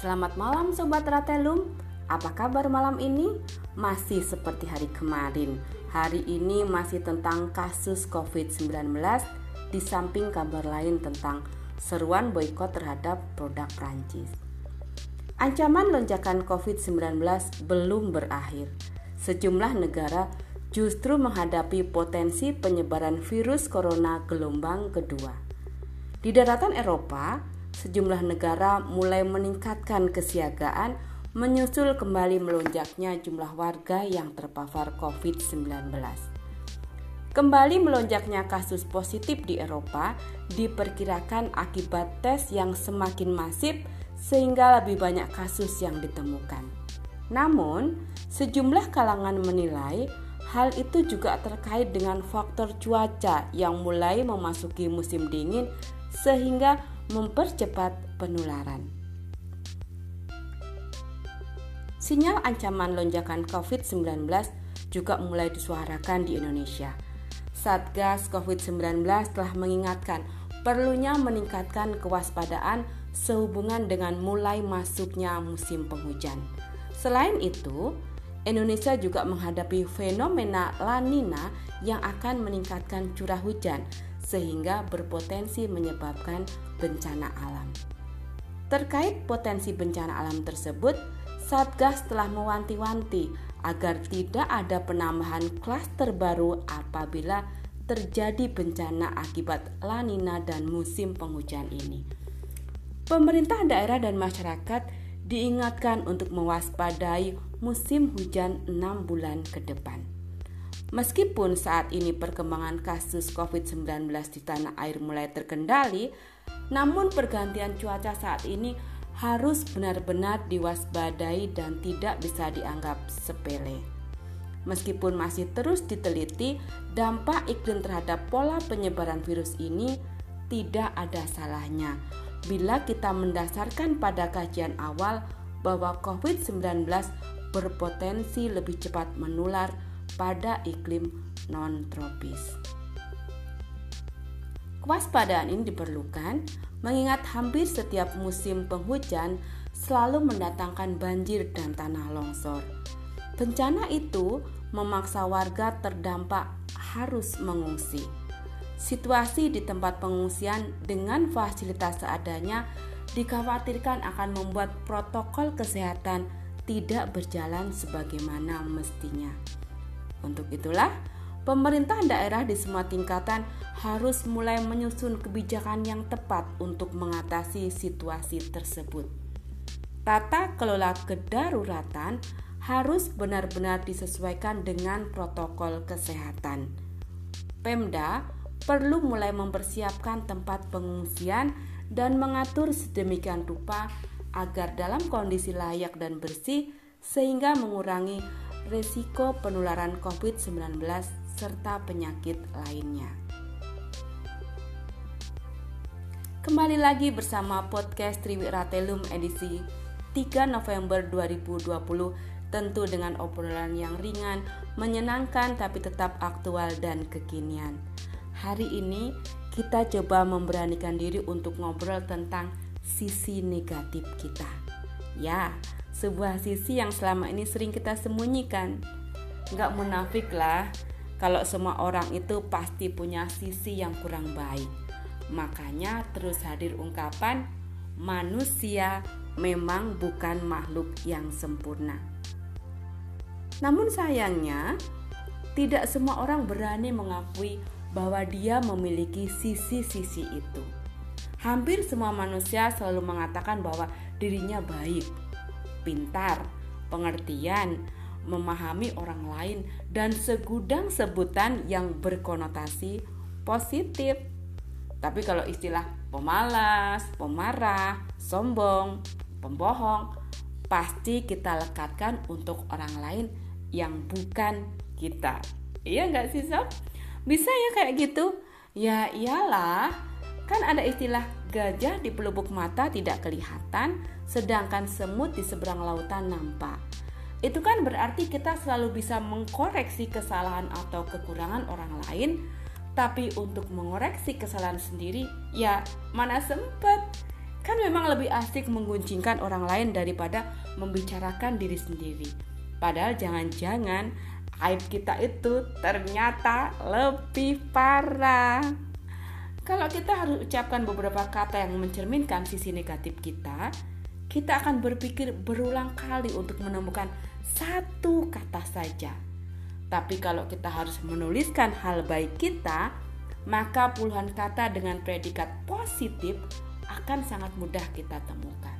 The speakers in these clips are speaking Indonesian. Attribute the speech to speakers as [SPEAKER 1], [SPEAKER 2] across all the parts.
[SPEAKER 1] Selamat malam Sobat Ratelum. Apa kabar malam ini? Masih seperti hari kemarin. Hari ini masih tentang kasus COVID-19, di samping kabar lain tentang seruan boikot terhadap produk Prancis. Ancaman lonjakan COVID-19 belum berakhir. Sejumlah negara justru menghadapi potensi penyebaran virus corona gelombang kedua. Di daratan Eropa, sejumlah negara mulai meningkatkan kesiagaan menyusul kembali melonjaknya jumlah warga yang terpapar COVID-19. Kembali melonjaknya kasus positif di Eropa diperkirakan akibat tes yang semakin masif sehingga lebih banyak kasus yang ditemukan. Namun, sejumlah kalangan menilai hal itu juga terkait dengan faktor cuaca yang mulai memasuki musim dingin sehingga mempercepat penularan. Sinyal ancaman lonjakan COVID-19 juga mulai disuarakan di Indonesia. Satgas COVID-19 telah mengingatkan perlunya meningkatkan kewaspadaan sehubungan dengan mulai masuknya musim penghujan. Selain itu, Indonesia juga menghadapi fenomena La Nina yang akan meningkatkan curah hujan sehingga berpotensi menyebabkan bencana alam. Terkait potensi bencana alam tersebut, Satgas telah mewanti-wanti agar tidak ada penambahan klaster baru apabila terjadi bencana akibat La Nina dan musim penghujan ini. Pemerintah daerah dan masyarakat diingatkan untuk mewaspadai musim hujan 6 bulan ke depan. Meskipun saat ini perkembangan kasus COVID-19 di tanah air mulai terkendali, namun pergantian cuaca saat ini harus benar-benar diwaspadai dan tidak bisa dianggap sepele. Meskipun masih terus diteliti, dampak iklim terhadap pola penyebaran virus ini tidak ada salahnya bila kita mendasarkan pada kajian awal bahwa COVID-19 berpotensi lebih cepat menular pada iklim non-tropis. Kewaspadaan ini diperlukan mengingat hampir setiap musim penghujan selalu mendatangkan banjir dan tanah longsor. Bencana itu memaksa warga terdampak harus mengungsi. Situasi di tempat pengungsian dengan fasilitas seadanya dikhawatirkan akan membuat protokol kesehatan tidak berjalan sebagaimana mestinya. Untuk itulah, pemerintah daerah di semua tingkatan harus mulai menyusun kebijakan yang tepat untuk mengatasi situasi tersebut. Tata kelola kedaruratan harus benar-benar disesuaikan dengan protokol kesehatan. Pemda perlu mulai mempersiapkan tempat pengungsian dan mengatur sedemikian rupa agar dalam kondisi layak dan bersih sehingga mengurangi risiko penularan COVID-19 serta penyakit lainnya. Kembali lagi bersama podcast Triwi Ratelum edisi 3 November 2020, tentu dengan obrolan yang ringan, menyenangkan tapi tetap aktual dan kekinian. Hari ini kita coba memberanikan diri untuk ngobrol tentang sisi negatif kita. Ya, sebuah sisi yang selama ini sering kita sembunyikan. Gak munafik lah, kalau semua orang itu pasti punya sisi yang kurang baik. Makanya terus hadir ungkapan, manusia memang bukan makhluk yang sempurna. Namun sayangnya, tidak semua orang berani mengakui bahwa dia memiliki sisi-sisi itu. Hampir semua manusia selalu mengatakan bahwa dirinya baik, pintar, pengertian, memahami orang lain, dan segudang sebutan yang berkonotasi positif. Tapi kalau istilah pemalas, pemarah, sombong, pembohong, pasti kita lekatkan untuk orang lain yang bukan kita. Iya gak sih Sob? Bisa ya kayak gitu? Ya iyalah, kan ada istilah gajah di pelupuk mata tidak kelihatan, sedangkan semut di seberang lautan nampak. Itu kan berarti kita selalu bisa mengkoreksi kesalahan atau kekurangan orang lain, tapi untuk mengoreksi kesalahan sendiri, ya mana sempat. Kan memang lebih asik menggunjingkan orang lain daripada membicarakan diri sendiri. Padahal jangan-jangan aib kita itu ternyata lebih parah. Kalau kita harus ucapkan beberapa kata yang mencerminkan sisi negatif kita akan berpikir berulang kali untuk menemukan satu kata saja. Tapi kalau kita harus menuliskan hal baik kita, maka puluhan kata dengan predikat positif akan sangat mudah kita temukan.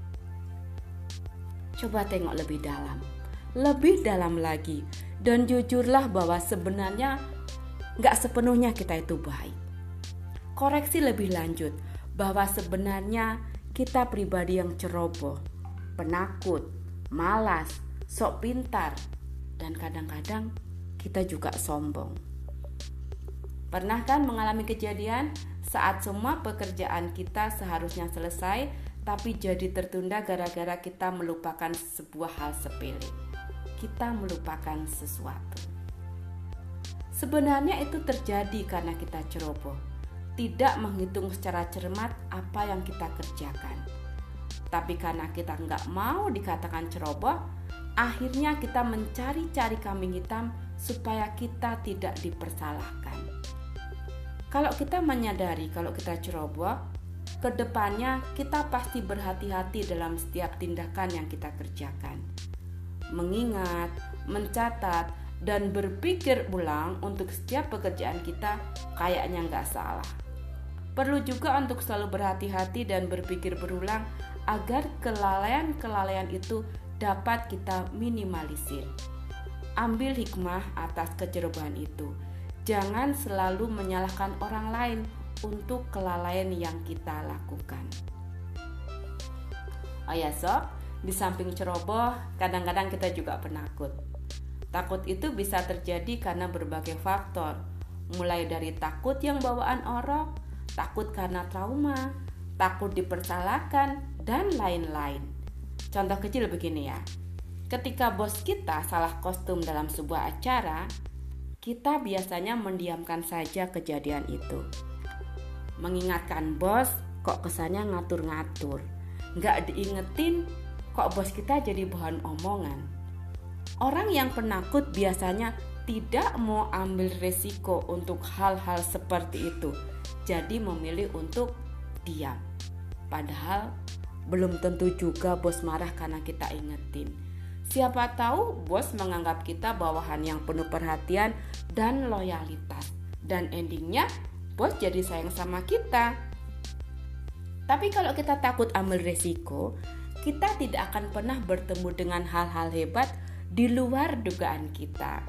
[SPEAKER 1] Coba tengok lebih dalam lagi, dan jujurlah bahwa sebenarnya gak sepenuhnya kita itu baik. Koreksi lebih lanjut bahwa sebenarnya kita pribadi yang ceroboh, penakut, malas, sok pintar, dan kadang-kadang kita juga sombong. Pernah kan mengalami kejadian saat semua pekerjaan kita seharusnya selesai, tapi jadi tertunda gara-gara kita melupakan sebuah hal sepele. Kita melupakan sesuatu. Sebenarnya itu terjadi karena kita ceroboh, tidak menghitung secara cermat apa yang kita kerjakan. Tapi karena kita nggak mau dikatakan ceroboh, akhirnya kita mencari-cari kambing hitam supaya kita tidak dipersalahkan. Kalau kita menyadari kalau kita ceroboh, kedepannya kita pasti berhati-hati dalam setiap tindakan yang kita kerjakan. Mengingat, mencatat, dan berpikir ulang untuk setiap pekerjaan kita kayaknya nggak salah. Perlu juga untuk selalu berhati-hati dan berpikir berulang agar kelalaian-kelalaian itu dapat kita minimalisir. Ambil hikmah atas kecerobohan itu. Jangan selalu menyalahkan orang lain untuk kelalaian yang kita lakukan. Oh ya sob, di samping ceroboh, kadang-kadang kita juga penakut. Takut itu bisa terjadi karena berbagai faktor, mulai dari takut yang bawaan orok, takut karena trauma, takut dipersalahkan, dan lain-lain. Contoh kecil begini ya, ketika bos kita salah kostum dalam sebuah acara, kita biasanya mendiamkan saja kejadian itu. Mengingatkan bos, kok kesannya ngatur-ngatur. Nggak diingetin, kok bos kita jadi bahan omongan. Orang yang penakut biasanya tidak mau ambil resiko untuk hal-hal seperti itu. Jadi memilih untuk diam. Padahal belum tentu juga bos marah karena kita ingetin. Siapa tahu bos menganggap kita bawahan yang penuh perhatian dan loyalitas. Dan endingnya bos jadi sayang sama kita. Tapi kalau kita takut ambil resiko, kita tidak akan pernah bertemu dengan hal-hal hebat di luar dugaan kita.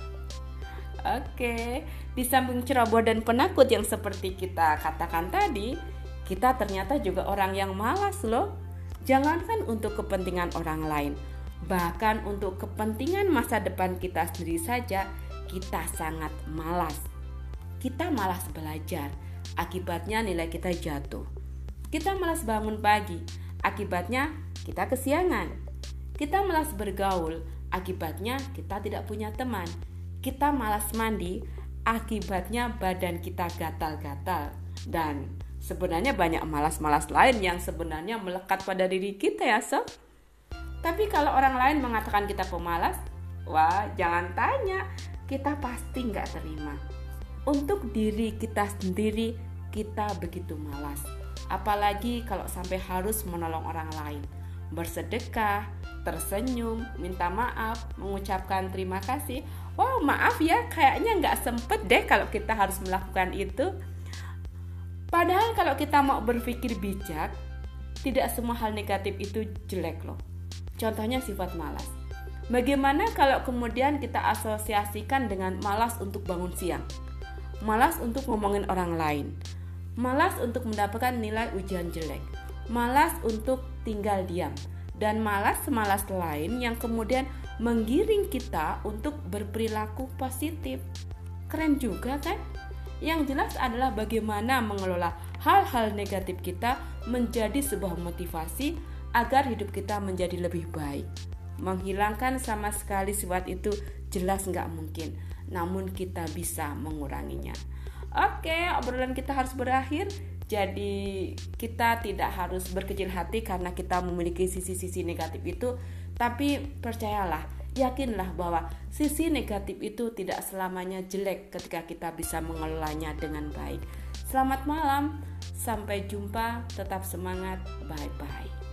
[SPEAKER 1] Oke, di samping ceroboh dan penakut yang seperti kita katakan tadi, kita ternyata juga orang yang malas loh. Jangankan untuk kepentingan orang lain, bahkan untuk kepentingan masa depan kita sendiri saja, kita sangat malas. Kita malas belajar, akibatnya nilai kita jatuh. Kita malas bangun pagi, akibatnya kita kesiangan. Kita malas bergaul, akibatnya kita tidak punya teman. Kita malas mandi, akibatnya badan kita gatal-gatal. Dan sebenarnya banyak malas-malas lain yang sebenarnya melekat pada diri kita ya sob. Tapi kalau orang lain mengatakan kita pemalas, wah jangan tanya, kita pasti nggak terima. Untuk diri kita sendiri, kita begitu malas. Apalagi kalau sampai harus menolong orang lain. Bersedekah, tersenyum, minta maaf, mengucapkan terima kasih. Wow, maaf ya, kayaknya nggak sempet deh kalau kita harus melakukan itu. Padahal kalau kita mau berpikir bijak, tidak semua hal negatif itu jelek loh. Contohnya sifat malas. Bagaimana kalau kemudian kita asosiasikan dengan malas untuk bangun siang, malas untuk ngomongin orang lain, malas untuk mendapatkan nilai ujian jelek, malas untuk tinggal diam, dan malas-malas lain yang kemudian menggiring kita untuk berperilaku positif. Keren juga kan? Yang jelas adalah bagaimana mengelola hal-hal negatif kita menjadi sebuah motivasi agar hidup kita menjadi lebih baik. Menghilangkan sama sekali sifat itu jelas nggak mungkin, namun kita bisa menguranginya. Oke, obrolan kita harus berakhir. Jadi kita tidak harus berkecil hati karena kita memiliki sisi-sisi negatif itu. Tapi percayalah, yakinlah bahwa sisi negatif itu tidak selamanya jelek ketika kita bisa mengelolanya dengan baik. Selamat malam, sampai jumpa, tetap semangat, bye-bye.